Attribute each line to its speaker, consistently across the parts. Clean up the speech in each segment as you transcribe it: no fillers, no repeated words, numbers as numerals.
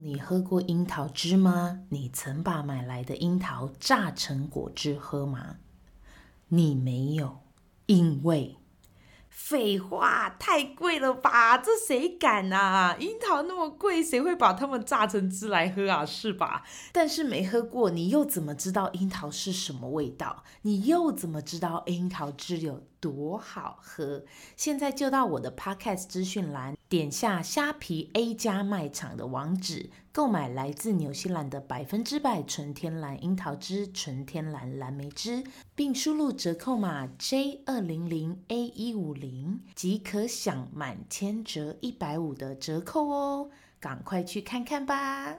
Speaker 1: 你喝过樱桃汁吗？你曾把买来的樱桃榨成果汁喝吗？你没有，因为废话，太贵了吧？这谁敢啊？樱桃那么贵，谁会把它们榨成汁来喝啊？是吧？但是没喝过，你又怎么知道樱桃是什么味道？你又怎么知道樱桃汁有多好喝？现在就到我的 Podcast 资讯栏，点下虾皮 A 加卖场的网址，购买来自纽西兰的100%纯天然樱桃汁、纯天然蓝莓汁，并输入折扣码 J200A150，即可享满千折150的折扣哦！赶快去看看吧！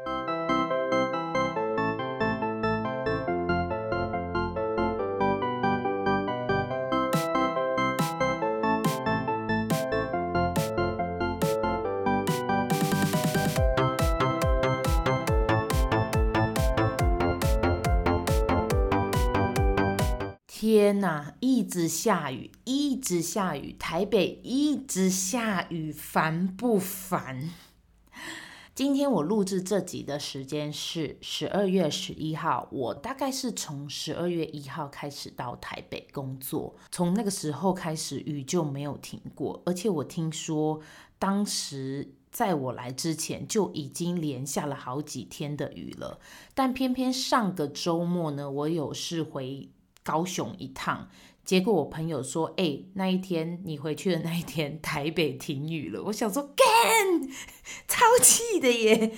Speaker 1: 天哪，一直下雨，一直下雨，台北一直下雨，烦不烦？今天我录制这集的时间是12月11号，我大概是从12月1号开始到台北工作，从那个时候开始雨就没有停过，而且我听说当时在我来之前就已经连下了好几天的雨了，但偏偏上个周末呢，我有事回高雄一趟，结果我朋友说那一天你回去的那一天台北停雨了。我想说干，超气的耶，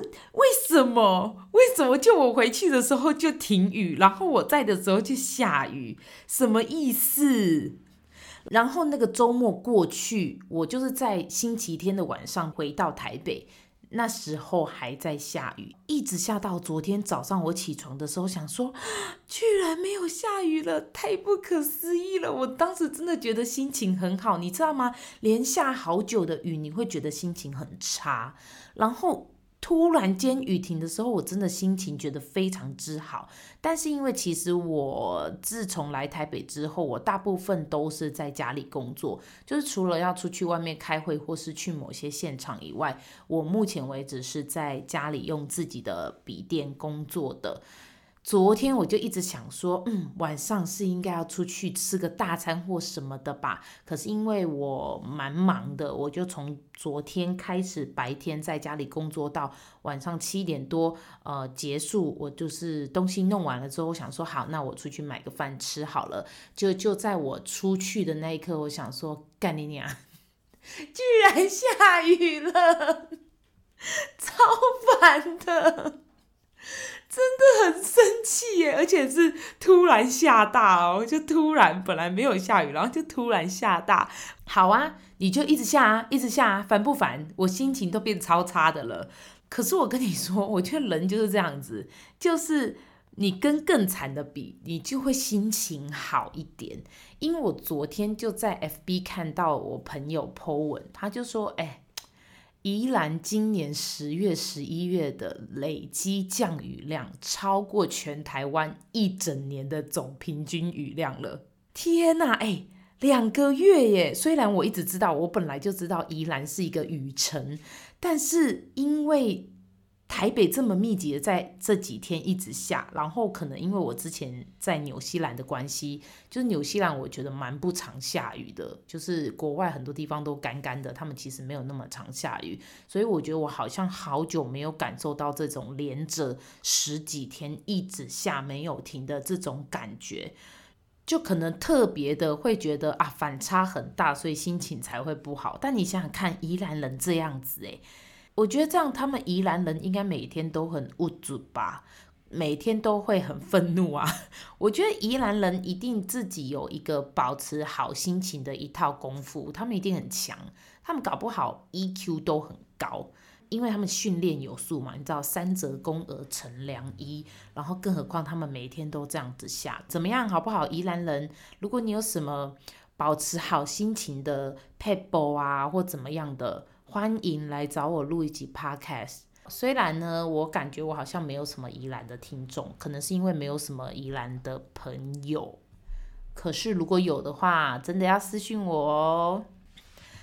Speaker 1: 为什么就我回去的时候就停雨，然后我在的时候就下雨，什么意思？然后那个周末过去，我就是在星期天的晚上回到台北，那时候还在下雨，一直下到昨天早上我起床的时候想说居然没有下雨了，太不可思议了。我当时真的觉得心情很好，你知道吗？连下好久的雨你会觉得心情很差，然后突然间雨停的时候，我真的心情觉得非常之好。但是因为其实我自从来台北之后，我大部分都是在家里工作，就是除了要出去外面开会或是去某些现场以外，我目前为止是在家里用自己的笔电工作的。昨天我就一直想说，晚上是应该要出去吃个大餐或什么的吧。可是因为我蛮忙的，我就从昨天开始白天在家里工作到晚上7点多，结束。我就是东西弄完了之后，我想说好，那我出去买个饭吃好了。就在我出去的那一刻，我想说干你娘，居然下雨了，超烦的。真的很生气耶，而且是突然下大哦，就突然本来没有下雨，然后就突然下大。好啊，你就一直下啊，一直下啊，烦不烦？我心情都变超差的了。可是我跟你说，我觉得人就是这样子，就是你跟更惨的比，你就会心情好一点。因为我昨天就在 FB 看到我朋友 po 文，他就说，宜兰今年10月、11月的累积降雨量超过全台湾一整年的总平均雨量了。天哪，2个月耶！虽然我一直知道，我本来就知道宜兰是一个雨城，但是因为台北这么密集的在这几天一直下，然后可能因为我之前在纽西兰的关系，就是纽西兰我觉得蛮不常下雨的，就是国外很多地方都干干的，他们其实没有那么常下雨，所以我觉得我好像好久没有感受到这种连着10几天一直下没有停的这种感觉，就可能特别的会觉得反差很大，所以心情才会不好。但你想想看，宜兰人这样子我觉得这样他们宜兰人应该每天都很无助吧，每天都会很愤怒啊。我觉得宜兰人一定自己有一个保持好心情的一套功夫，他们一定很强，他们搞不好 EQ 都很高，因为他们训练有素嘛，你知道三折肱而成良医，然后更何况他们每天都这样子下，怎么样好不好？宜兰人，如果你有什么保持好心情的 pebble 啊或怎么样的，欢迎来找我录一集 podcast。虽然呢，我感觉我好像没有什么宜兰的听众，可能是因为没有什么宜兰的朋友。可是如果有的话，真的要私讯我哦。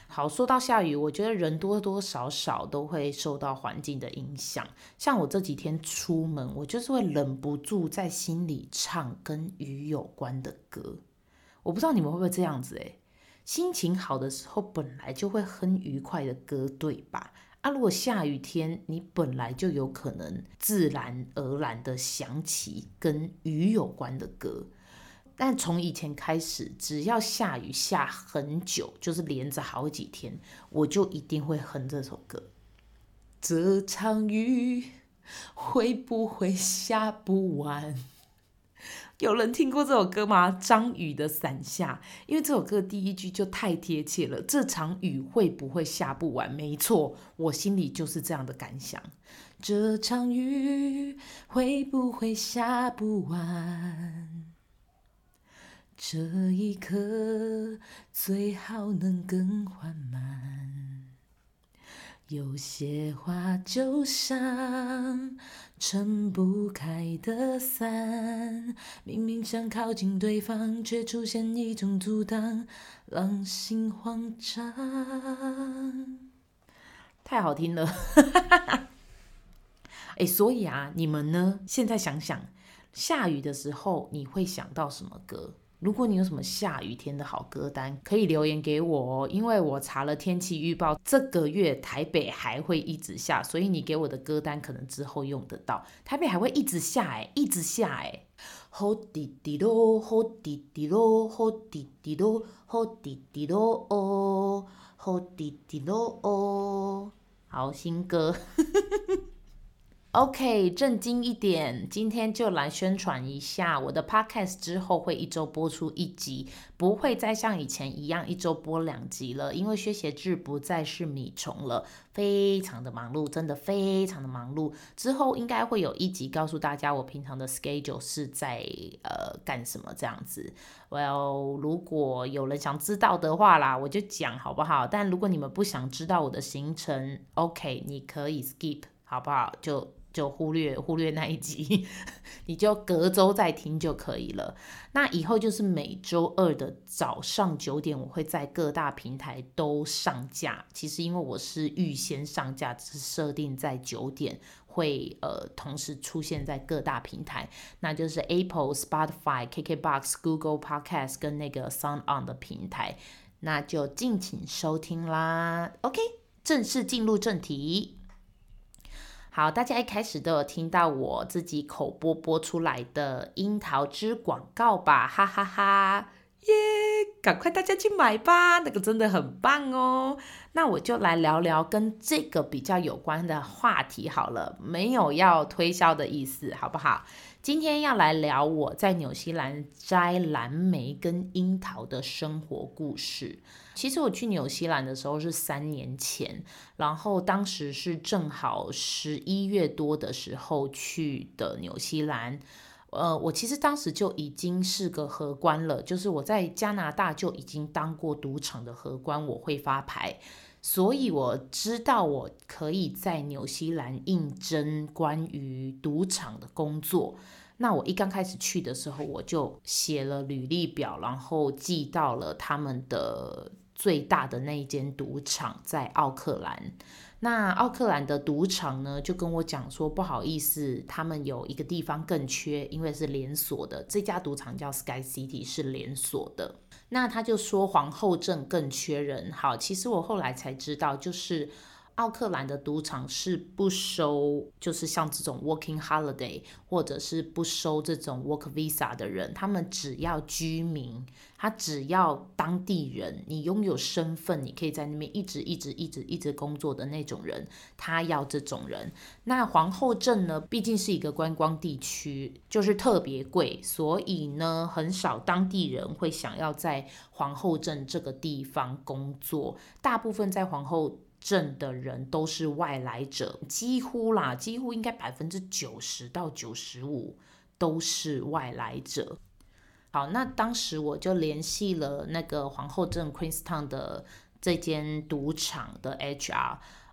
Speaker 1: 好，说到下雨，我觉得人多多少少都会受到环境的影响。像我这几天出门，我就是会忍不住在心里唱跟雨有关的歌。我不知道你们会不会这样子心情好的时候本来就会哼愉快的歌，对吧？如果下雨天，你本来就有可能自然而然的想起跟雨有关的歌。但从以前开始，只要下雨下很久，就是连着好几天，我就一定会哼这首歌。这场雨会不会下不完？有人听过这首歌吗？张宇的伞下，因为这首歌第一句就太贴切了。这场雨会不会下不完？没错，我心里就是这样的感想。这场雨会不会下不完？这一刻最好能更缓慢。有些话就像撑不开的伞，明明想靠近对方，却出现一种阻挡，让心慌张。太好听了。所以你们呢？现在想想，下雨的时候你会想到什么歌？如果你有什么下雨天的好歌单，可以留言给我因为我查了天气预报，这个月台北还会一直下，所以你给我的歌单可能之后用得到。台北还会一直下一直下好滴滴咯，好滴滴咯，好滴滴咯，好滴滴咯哦，好滴滴咯哦。好，新歌。OK， 正经一点，今天就来宣传一下我的 Podcast， 之后会一周播出一集，不会再像以前一样一周播2集了，因为薛协志不再是米虫了，非常的忙碌，真的非常的忙碌。之后应该会有一集告诉大家我平常的 schedule 是在干什么这样子。如果有人想知道的话啦，我就讲好不好？但如果你们不想知道我的行程 ，OK， 你可以 skip 好不好？就忽略那一集，你就隔周再听就可以了。那以后就是每周2的早上9点，我会在各大平台都上架。其实因为我是预先上架，只是设定在9点会同时出现在各大平台，那就是 Apple、Spotify、KKBox、Google Podcast 跟那个 Sound On 的平台，那就敬请收听啦。OK， 正式进入正题。好，大家一开始都有听到我自己口播出来的樱桃汁广告吧，哈哈哈耶！赶快大家去买吧，那个真的很棒哦。那我就来聊聊跟这个比较有关的话题好了，没有要推销的意思，好不好？今天要来聊我在纽西兰摘蓝莓跟樱桃的生活故事。其实我去纽西兰的时候是3年前，然后当时是正好11月多的时候去的纽西兰。我其实当时就已经是个荷官了，就是我在加拿大就已经当过赌场的荷官，我会发牌，所以我知道我可以在纽西兰应征关于赌场的工作。那我一刚开始去的时候，我就写了履历表，然后寄到了他们的最大的那一间赌场在奥克兰。那奥克兰的赌场呢，就跟我讲说，不好意思，他们有一个地方更缺，因为是连锁的，这家赌场叫 Sky City， 是连锁的。那他就说皇后镇更缺人。好，其实我后来才知道，就是奥克兰的赌场是不收，就是像这种 working holiday 或者是不收这种 work visa 的人，他们只要居民，他只要当地人，你拥有身份，你可以在那边一直工作的那种人，他要这种人。那皇后镇呢，毕竟是一个观光地区，就是特别贵，所以呢，很少当地人会想要在皇后镇这个地方工作，大部分在皇后镇的人都是外来者，几乎应该90%到95%都是外来者。好，那当时我就联系了那个皇后镇 Queenstown 的这间赌场的 HR，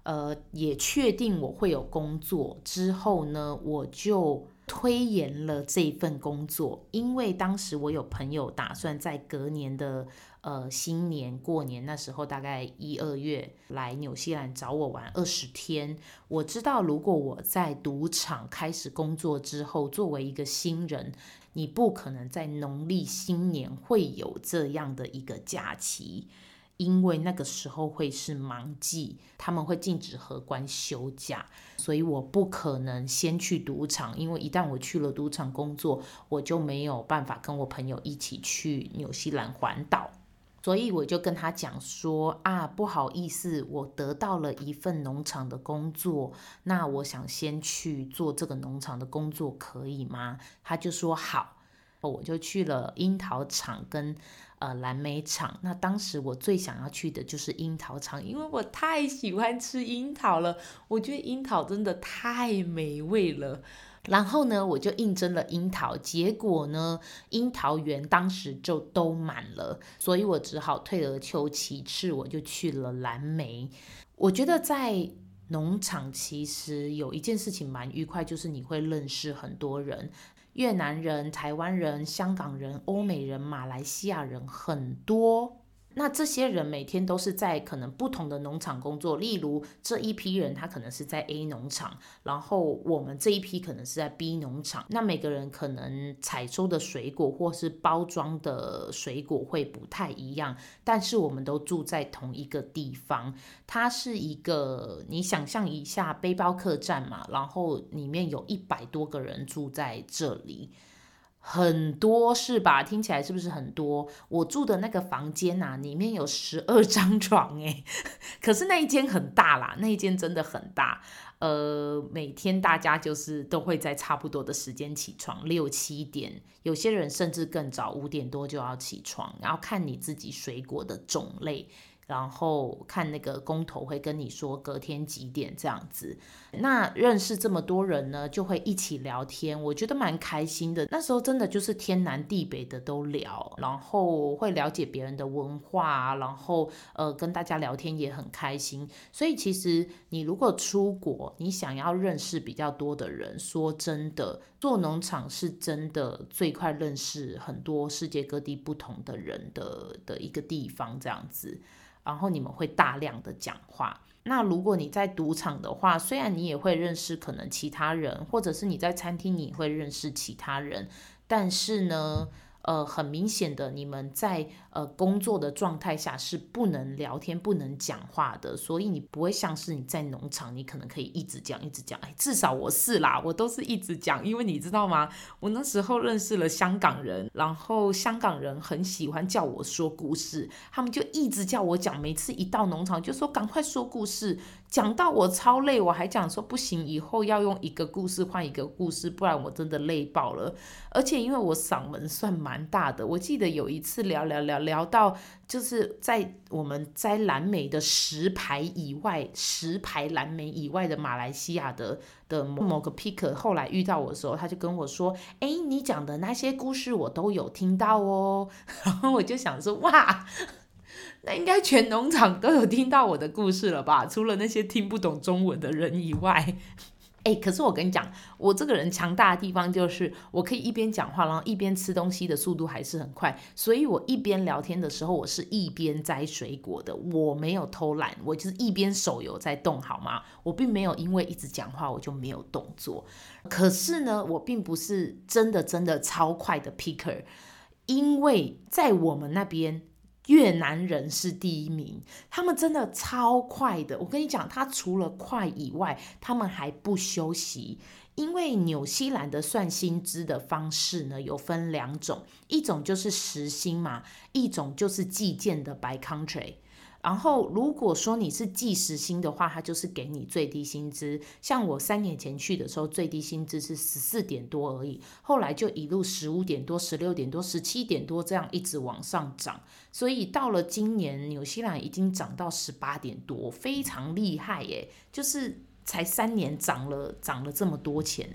Speaker 1: 也确定我会有工作之后呢，我就推延了这份工作，因为当时我有朋友打算在隔年的新年过年那时候，大概1、2月来纽西兰找我玩20天。我知道如果我在赌场开始工作之后，作为一个新人，你不可能在农历新年会有这样的一个假期，因为那个时候会是忙季，他们会禁止荷官休假，所以我不可能先去赌场，因为一旦我去了赌场工作，我就没有办法跟我朋友一起去纽西兰环岛。所以我就跟他讲说不好意思，我得到了一份农场的工作，那我想先去做这个农场的工作，可以吗？他就说好。我就去了樱桃厂跟蓝莓厂。那当时我最想要去的就是樱桃厂，因为我太喜欢吃樱桃了，我觉得樱桃真的太美味了。然后呢，我就应征了樱桃，结果呢，樱桃园当时就都满了，所以我只好退而求其次，我就去了蓝莓。我觉得在农场其实有一件事情蛮愉快，就是你会认识很多人，越南人、台湾人、香港人、欧美人、马来西亚人很多。那这些人每天都是在可能不同的农场工作，例如这一批人他可能是在 A 农场，然后我们这一批可能是在 B 农场。那每个人可能采收的水果或是包装的水果会不太一样，但是我们都住在同一个地方。它是一个，你想象一下背包客栈嘛，然后里面有100多个人住在这里。很多是吧？听起来是不是很多？我住的那个房间里面有12张床可是那一间很大啦，那一间真的很大。每天大家就是都会在差不多的时间起床，6、7点，有些人甚至更早，5点多就要起床，然后看你自己水果的种类，然后看那个工头会跟你说隔天几点这样子。那认识这么多人呢，就会一起聊天，我觉得蛮开心的。那时候真的就是天南地北的都聊，然后会了解别人的文化，然后跟大家聊天也很开心。所以其实你如果出国，你想要认识比较多的人，说真的，做农场是真的最快认识很多世界各地不同的人的一个地方这样子。然后你们会大量的讲话。那如果你在赌场的话，虽然你也会认识可能其他人，或者是你在餐厅你也会认识其他人，但是呢很明显的你们在工作的状态下是不能聊天不能讲话的，所以你不会像是你在农场你可能可以一直讲一直讲。至少我是啦，我都是一直讲。因为你知道吗，我那时候认识了香港人，然后香港人很喜欢叫我说故事，他们就一直叫我讲，每次一到农场就说赶快说故事，讲到我超累，我还讲说不行，以后要用一个故事换一个故事，不然我真的累爆了。而且因为我嗓门算蛮大的，我记得有一次聊到就是在我们摘蓝莓的10排以外，10排蓝莓以外的马来西亚的某个 picker 后来遇到我的时候，他就跟我说你讲的那些故事我都有听到哦。然后我就想说哇，那应该全农场都有听到我的故事了吧，除了那些听不懂中文的人以外。可是我跟你讲，我这个人强大的地方就是我可以一边讲话然后一边吃东西的速度还是很快，所以我一边聊天的时候我是一边摘水果的，我没有偷懒，我就是一边手有在动好吗？我并没有因为一直讲话我就没有动作。可是呢，我并不是真的超快的 picker， 因为在我们那边越南人是第1名，他们真的超快的。我跟你讲，他除了快以外，他们还不休息。因为纽西兰的算薪资的方式呢，有分2种，一种就是时薪嘛，一种就是计件的 by country。然后如果说你是计时薪的话，它就是给你最低薪资。像我3年前去的时候，最低薪资是14点多而已，后来就一路15点多、16点多、17点多这样一直往上涨。所以到了今年，纽西兰已经涨到18点多，非常厉害耶！就是才3年涨了这么多钱耶。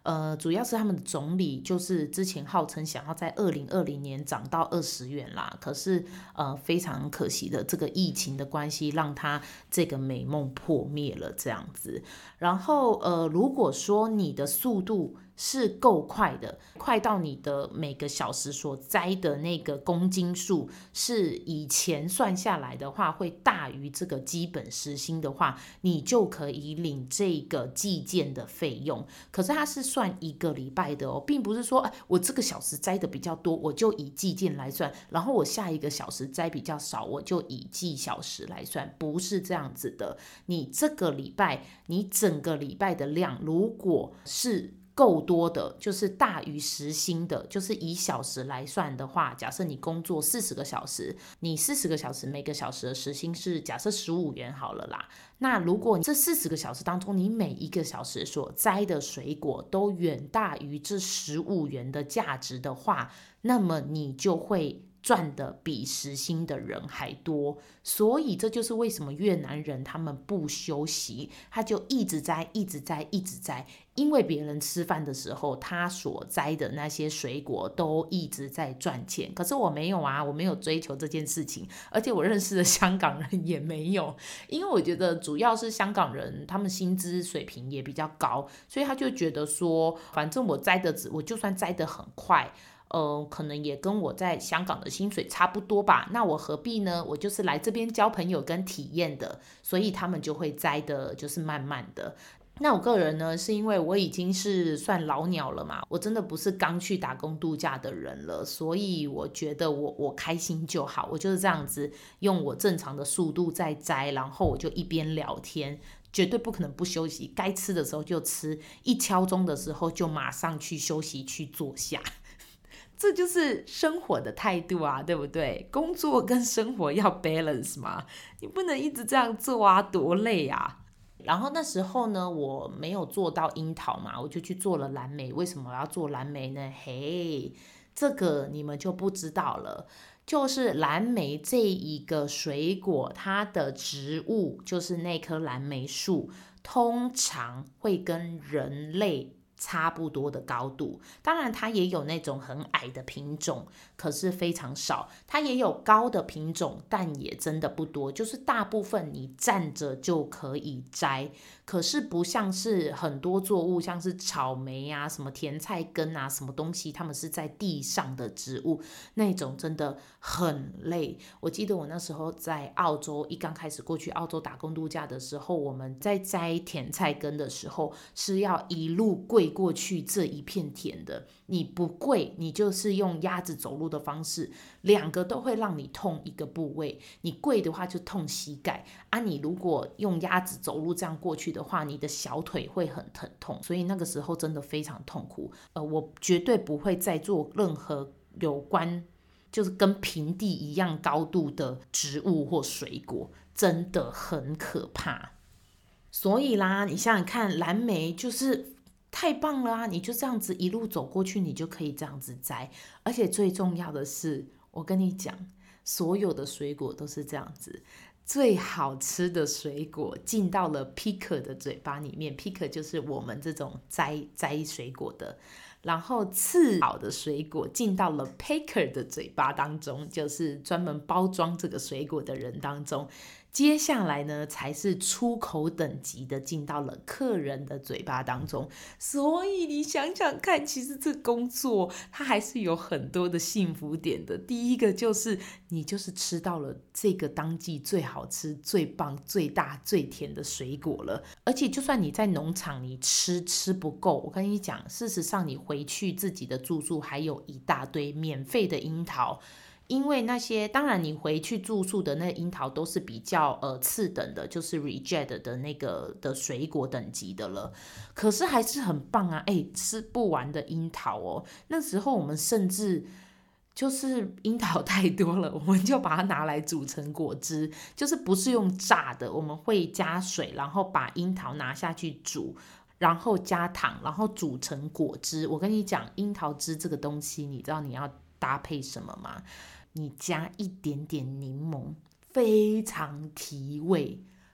Speaker 1: 主要是他们的总理就是之前号称想要在2020年涨到20元啦，可是非常可惜的，这个疫情的关系让他这个美梦破灭了这样子。然后如果说你的速度是够快的，快到你的每个小时所摘的那个公斤数是以前算下来的话会大于这个基本时薪的话，你就可以领这个计件的费用。可是它是算1个礼拜的哦，并不是说我这个小时摘的比较多，我就以计件来算，然后我下一个小时摘比较少，我就以计小时来算，不是这样子的。你这个礼拜，你整个礼拜的量，如果是够多的，就是大于时薪的，就是以小时来算的话，假设你工作40个小时，你40个小时每个小时的时薪是假设15元好了啦。那如果这40个小时当中，你每一个小时所摘的水果都远大于这15元的价值的话，那么你就会赚的比时薪的人还多。所以这就是为什么越南人他们不休息，他就一直摘一直摘一直摘，因为别人吃饭的时候他所摘的那些水果都一直在赚钱。可是我没有啊，我没有追求这件事情，而且我认识的香港人也没有，因为我觉得主要是香港人他们薪资水平也比较高，所以他就觉得说反正我摘的我就算摘得很快，可能也跟我在香港的薪水差不多吧，那我何必呢？我就是来这边交朋友跟体验的，所以他们就会摘的就是慢慢的。那我个人呢，是因为我已经是算老鸟了嘛，我真的不是刚去打工度假的人了，所以我觉得我开心就好，我就是这样子用我正常的速度在摘，然后我就一边聊天，绝对不可能不休息，该吃的时候就吃，一敲钟的时候就马上去休息去坐下。这就是生活的态度啊，对不对？工作跟生活要 balance 嘛，你不能一直这样做啊，多累啊。然后那时候呢，我没有做到樱桃嘛，我就去做了蓝莓。为什么我要做蓝莓呢？嘿，这个你们就不知道了。就是蓝莓这一个水果，它的植物就是那棵蓝莓树，通常会跟人类差不多的高度，当然它也有那种很矮的品种，可是非常少。它也有高的品种，但也真的不多，就是大部分你站着就可以摘。可是不像是很多作物，像是草莓啊、什么甜菜根啊、什么东西，它们是在地上的植物，那种真的很累。我记得我那时候在澳洲，一刚开始过去澳洲打工度假的时候，我们在摘甜菜根的时候是要一路跪过去这一片田的，你不跪，你就是用鸭子走路的方式，两个都会让你痛一个部位。你跪的话就痛膝盖啊，你如果用鸭子走路这样过去的话，你的小腿会很疼痛，所以那个时候真的非常痛苦。我绝对不会再做任何有关就是跟平地一样高度的植物或水果，真的很可怕。所以啦，你想想看，蓝莓就是太棒了啊！你就这样子一路走过去，你就可以这样子摘。而且最重要的是，我跟你讲，所有的水果都是这样子。最好吃的水果进到了 picker 的嘴巴里面 ，picker 就是我们这种摘水果的。然后次好的水果进到了 packer 的嘴巴当中，就是专门包装这个水果的人当中。接下来呢，才是出口等级的进到了客人的嘴巴当中。所以你想想看，其实这工作它还是有很多的幸福点的。第一个就是你就是吃到了这个当季最好吃、最棒、最大、最甜的水果了。而且就算你在农场你吃不够，我跟你讲，事实上你回去自己的住宿还有一大堆免费的樱桃。因为那些当然你回去住宿的那个樱桃都是比较次等的，就是 reject 的那个的水果等级的了，可是还是很棒啊，吃不完的樱桃哦。那时候我们甚至就是樱桃太多了，我们就把它拿来煮成果汁，就是不是用榨的，我们会加水，然后把樱桃拿下去煮，然后加糖，然后煮成果汁。我跟你讲，樱桃汁这个东西，你知道你要搭配什么吗？你加一点点柠檬，非常提味，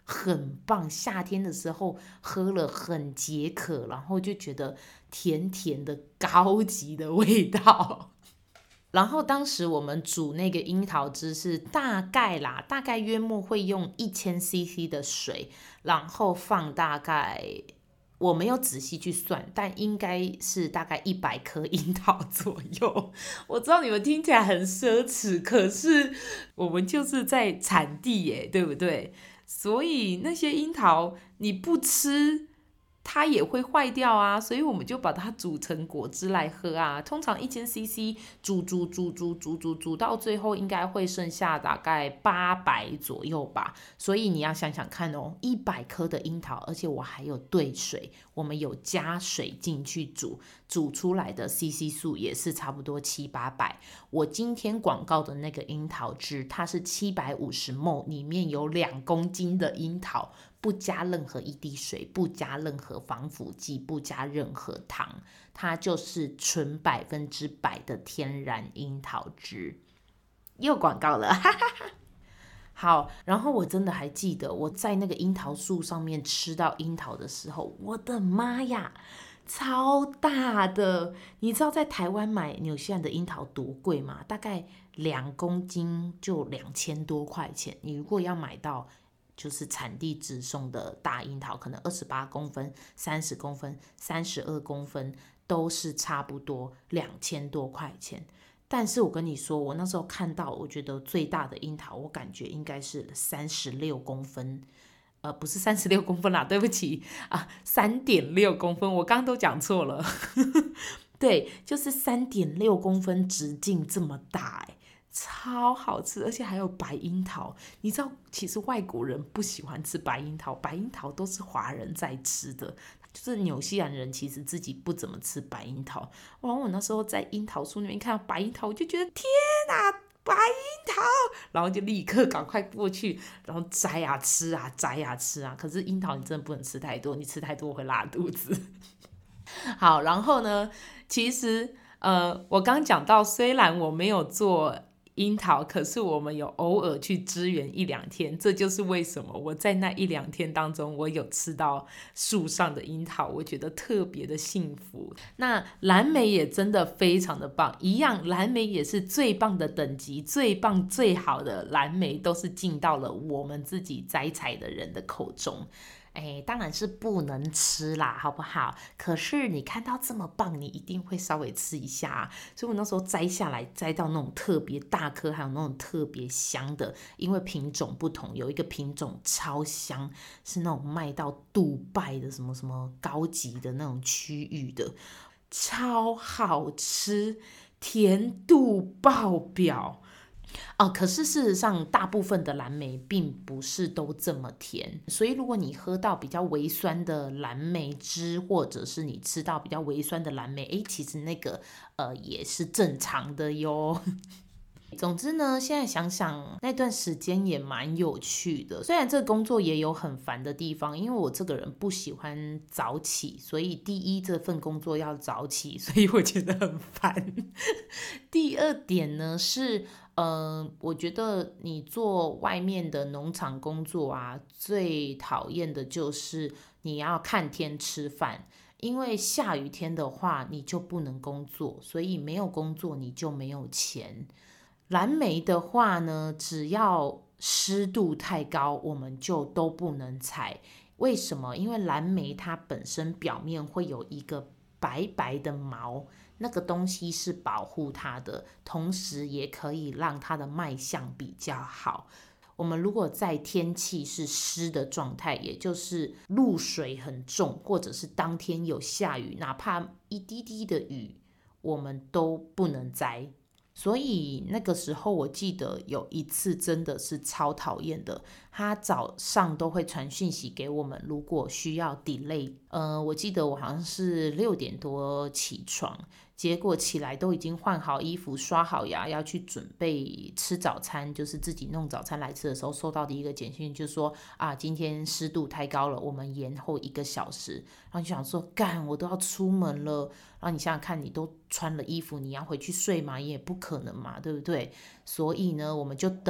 Speaker 1: 很棒，夏天的时候喝了很解渴，然后就觉得甜甜的高级的味道。然后当时我们煮那个樱桃汁是大概约莫会用1000cc 的水，然后放大概我没有仔细去算，但应该是大概100颗樱桃左右。我知道你们听起来很奢侈，可是我们就是在产地耶，对不对？所以那些樱桃你不吃它也会坏掉啊，所以我们就把它煮成果汁来喝啊。通常1000cc 煮到最后应该会剩下大概800左右吧。所以你要想想看哦，100颗的樱桃，而且我还有兑水，我们有加水进去煮出来的 cc 数也是差不多700-800。我今天广告的那个樱桃汁，它是750ml，里面有2公斤的樱桃。不加任何一滴水，不加任何防腐剂，不加任何糖，它就是纯100%的天然樱桃汁。又广告了，哈哈哈。好，然后我真的还记得我在那个樱桃树上面吃到樱桃的时候，我的妈呀，超大的！你知道在台湾买纽西兰的樱桃多贵吗？大概2公斤就2000多块钱。你如果要买到就是产地直送的大樱桃，可能28公分、30公分、32公分都是差不多2000多块钱。但是我跟你说，我那时候看到，我觉得最大的樱桃，我感觉应该是36公分，不是36公分啦，对不起啊，3.6公分，我刚刚都讲错了，对，就是3.6公分直径这么大，超好吃，而且还有白樱桃。你知道，其实外国人不喜欢吃白樱桃，白樱桃都是华人在吃的。就是纽西兰人其实自己不怎么吃白樱桃。哇！我那时候在樱桃树那边看到白樱桃，我就觉得天哪，白樱桃！然后就立刻赶快过去，然后摘啊吃啊，摘啊吃啊。可是樱桃你真的不能吃太多，你吃太多会拉肚子。好，然后呢，其实我刚讲到，虽然我没有做樱桃，可是我们有偶尔去支援1-2天，这就是为什么我在那1-2天当中，我有吃到树上的樱桃，我觉得特别的幸福。那蓝莓也真的非常的棒，一样蓝莓也是最棒的等级，最棒最好的蓝莓都是进到了我们自己摘采的人的口中。当然是不能吃啦，好不好？可是你看到这么棒，你一定会稍微吃一下啊。所以我那时候摘下来，摘到那种特别大颗，还有那种特别香的，因为品种不同，有一个品种超香，是那种卖到杜拜的什么什么高级的那种区域的，超好吃，甜度爆表。可是事实上大部分的蓝莓并不是都这么甜，所以如果你喝到比较微酸的蓝莓汁，或者是你吃到比较微酸的蓝莓，其实那个也是正常的哟。总之呢，现在想想那段时间也蛮有趣的，虽然这个工作也有很烦的地方，因为我这个人不喜欢早起，所以第一这份工作要早起，所以我觉得很烦。第二点呢是我觉得你做外面的农场工作啊，最讨厌的就是你要看天吃饭，因为下雨天的话你就不能工作，所以没有工作你就没有钱。蓝莓的话呢，只要湿度太高，我们就都不能采。为什么？因为蓝莓它本身表面会有一个白白的毛，那个东西是保护它的，同时也可以让它的卖相比较好。我们如果在天气是湿的状态，也就是露水很重，或者是当天有下雨，哪怕一滴滴的雨，我们都不能摘。所以那个时候我记得有一次真的是超讨厌的，他早上都会传讯息给我们，如果需要 delay，我记得我好像是6点多起床，结果起来都已经换好衣服、刷好牙，要去准备吃早餐，就是自己弄早餐来吃的时候，收到的一个简讯就说今天湿度太高了，我们延后1个小时。然后就想说，干，我都要出门了，然后你想想看，你都穿了衣服，你要回去睡嘛，也不可能嘛，对不对？所以呢，我们就等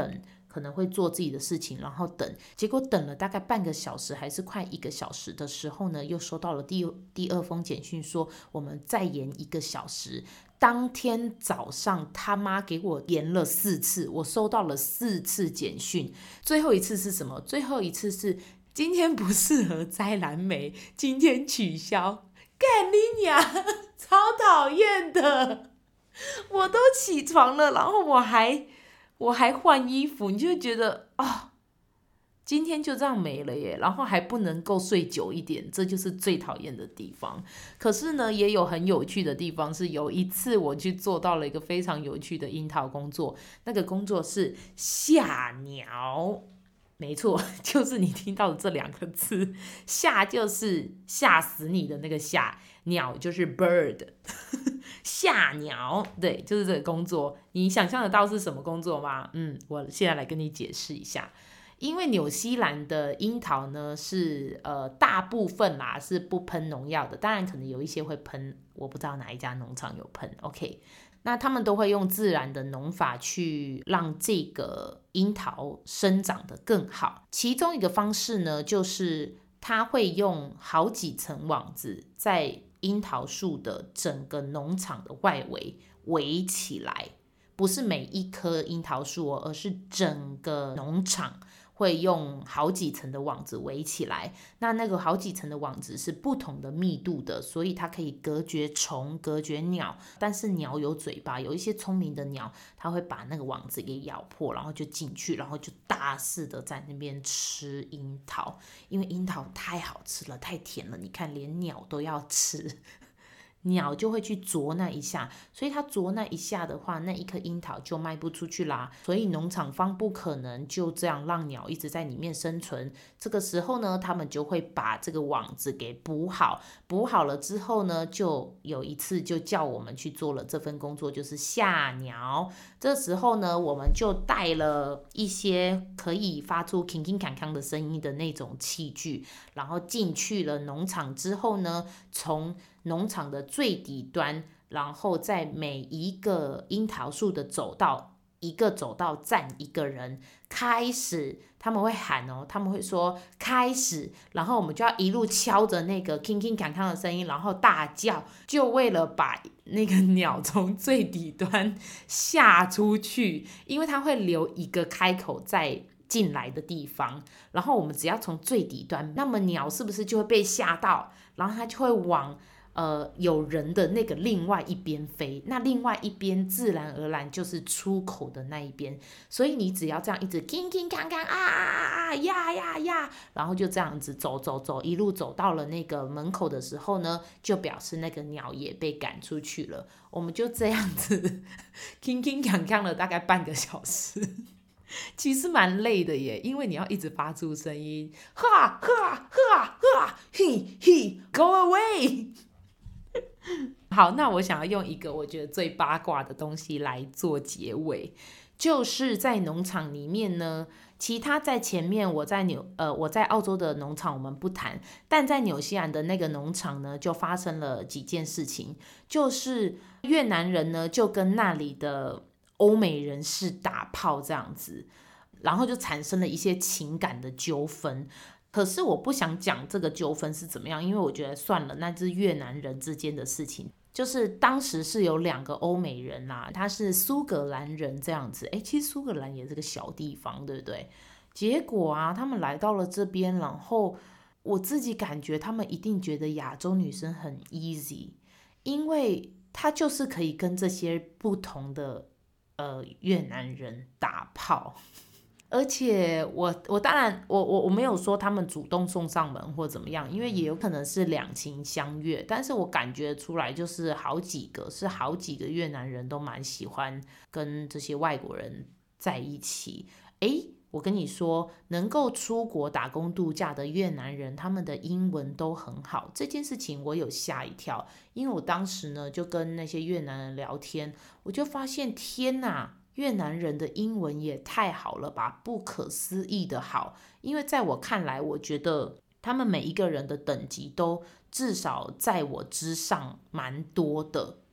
Speaker 1: 可能会做自己的事情，然后等，结果等了大概半个小时还是快1个小时的时候呢，又收到了第二封简讯说我们再延1个小时。当天早上他妈给我延了4次，我收到了4次简讯。最后一次是什么？最后一次是今天不适合摘蓝莓，今天取消。干你娘，超讨厌的！我都起床了，然后我还换衣服，你就会觉得今天就这样没了耶，然后还不能够睡久一点，这就是最讨厌的地方。可是呢，也有很有趣的地方，是有一次我去做到了一个非常有趣的樱桃工作，那个工作是吓鸟。没错，就是你听到的这2个字，吓就是吓死你的那个吓，鸟就是 bird， 吓鸟，对，就是这个工作。你想象得到是什么工作吗？我现在来跟你解释一下。因为纽西兰的樱桃呢是大部分啦是不喷农药的，当然可能有一些会喷，我不知道哪一家农场有喷。OK， 那他们都会用自然的农法去让这个樱桃生长得更好。其中一个方式呢，就是他会用好几层网子在樱桃树的整个农场的外围围起来，不是每一棵樱桃树而是整个农场会用好几层的网子围起来，那个好几层的网子是不同的密度的，所以它可以隔绝虫、隔绝鸟。但是鸟有嘴巴，有一些聪明的鸟，它会把那个网子给咬破，然后就进去，然后就大肆的在那边吃樱桃，因为樱桃太好吃了，太甜了，你看连鸟都要吃。鸟就会去啄那一下，所以它啄那一下的话，那一颗樱桃就卖不出去啦。所以农场方不可能就这样让鸟一直在里面生存。这个时候呢，他们就会把这个网子给补好。补好了之后呢，就有一次就叫我们去做了这份工作，就是吓鸟。这时候呢，我们就带了一些可以发出铿铿锵锵的声音的那种器具，然后进去了农场之后呢，从农场的最底端，然后在每一个樱桃树的走道，一个走道站一个人，开始他们会喊他们会说开始，然后我们就要一路敲着那个铿铿锵锵的声音，然后大叫，就为了把那个鸟从最底端吓出去，因为它会留一个开口在进来的地方，然后我们只要从最底端，那么鸟是不是就会被吓到，然后它就会往有人的那个另外一边飞，那另外一边自然而然就是出口的那一边，所以你只要这样一直铿铿锵锵呀，然后就这样子走，一路走到了那个门口的时候呢，就表示那个鸟也被赶出去了。我们就这样子铿铿锵锵了大概半个小时。其实蛮累的耶，因为你要一直发出声音，哈哈哈哈，嘿嘿 ，Go away。好，那我想要用一个我觉得最八卦的东西来做结尾，就是在农场里面呢，其他在前面我在澳洲的农场我们不谈，但在纽西兰的那个农场呢，就发生了几件事情，就是越南人呢就跟那里的欧美人士打炮这样子，然后就产生了一些情感的纠纷。可是我不想讲这个纠纷是怎么样，因为我觉得算了，那是越南人之间的事情。就是当时是有2个欧美人啦，他是苏格兰人这样子。其实苏格兰也是个小地方，对不对？结果啊，他们来到了这边，然后我自己感觉他们一定觉得亚洲女生很 easy， 因为他就是可以跟这些不同的越南人打炮。而且我当然我没有说他们主动送上门或怎么样，因为也有可能是两情相悦，但是我感觉出来就是好几个越南人都蛮喜欢跟这些外国人在一起。我跟你说，能够出国打工度假的越南人，他们的英文都很好，这件事情我有吓一跳，因为我当时呢就跟那些越南人聊天，我就发现天哪，越南人的英文也太好了吧，不可思议的好。因为在我看来，我觉得他们每一个人的等级都至少在我之上蛮多的。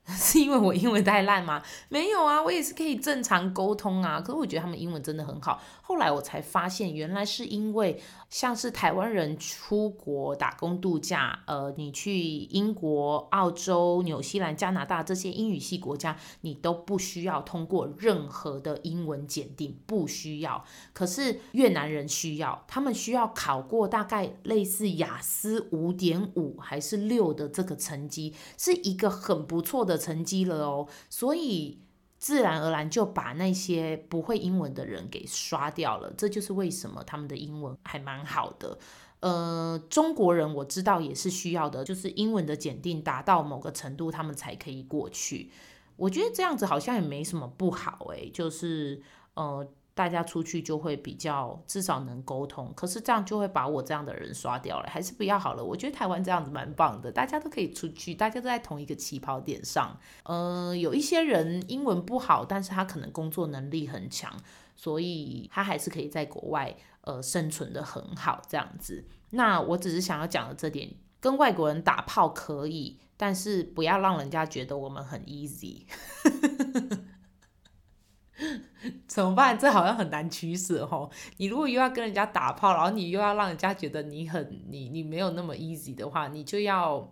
Speaker 1: 是因为我英文太烂吗？没有啊，我也是可以正常沟通啊。可是我觉得他们英文真的很好。后来我才发现，原来是因为像是台湾人出国打工度假，你去英国、澳洲、纽西兰、加拿大这些英语系国家，你都不需要通过任何的英文检定，不需要。可是越南人需要，他们需要考过大概类似雅思5.5还是6的这个成绩，是一个很不错的成绩了哦。所以自然而然就把那些不会英文的人给刷掉了，这就是为什么他们的英文还蛮好的。中国人我知道也是需要的，就是英文的检定达到某个程度，他们才可以过去。我觉得这样子好像也没什么不好就是大家出去就会比较至少能沟通，可是这样就会把我这样的人刷掉了，还是不要好了。我觉得台湾这样子蛮棒的，大家都可以出去，大家都在同一个起跑点上。有一些人英文不好，但是他可能工作能力很强，所以他还是可以在国外生存的很好这样子。那我只是想要讲的这点，跟外国人打炮可以，但是不要让人家觉得我们很 easy 怎么办？这好像很难取舍哦。你如果又要跟人家打炮，然后你又要让人家觉得你没有那么 easy 的话，你就要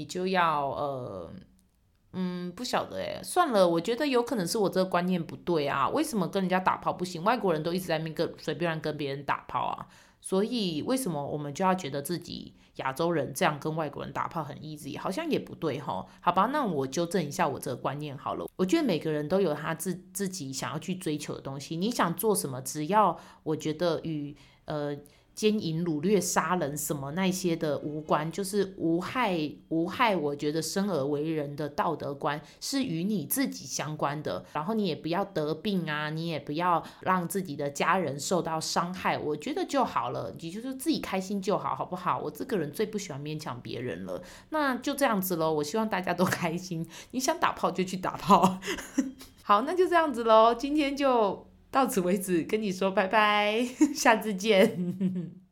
Speaker 1: 不晓得算了，我觉得有可能是我这个观念不对啊。为什么跟人家打炮不行？外国人都一直在那边随便跟别人打炮啊，所以为什么我们就要觉得自己亚洲人这样跟外国人打炮很 easy？ 好像也不对齁。好吧，那我纠正一下我这个观念好了。我觉得每个人都有他自己想要去追求的东西，你想做什么，只要我觉得与奸淫、掳掠、杀人什么那些的无关，就是无害。我觉得生而为人的道德观是与你自己相关的，然后你也不要得病啊，你也不要让自己的家人受到伤害，我觉得就好了。你就是自己开心就好，好不好？我这个人最不喜欢勉强别人了，那就这样子咯。我希望大家都开心，你想打炮就去打炮。好，那就这样子咯，今天就到此为止，跟你说拜拜，下次见。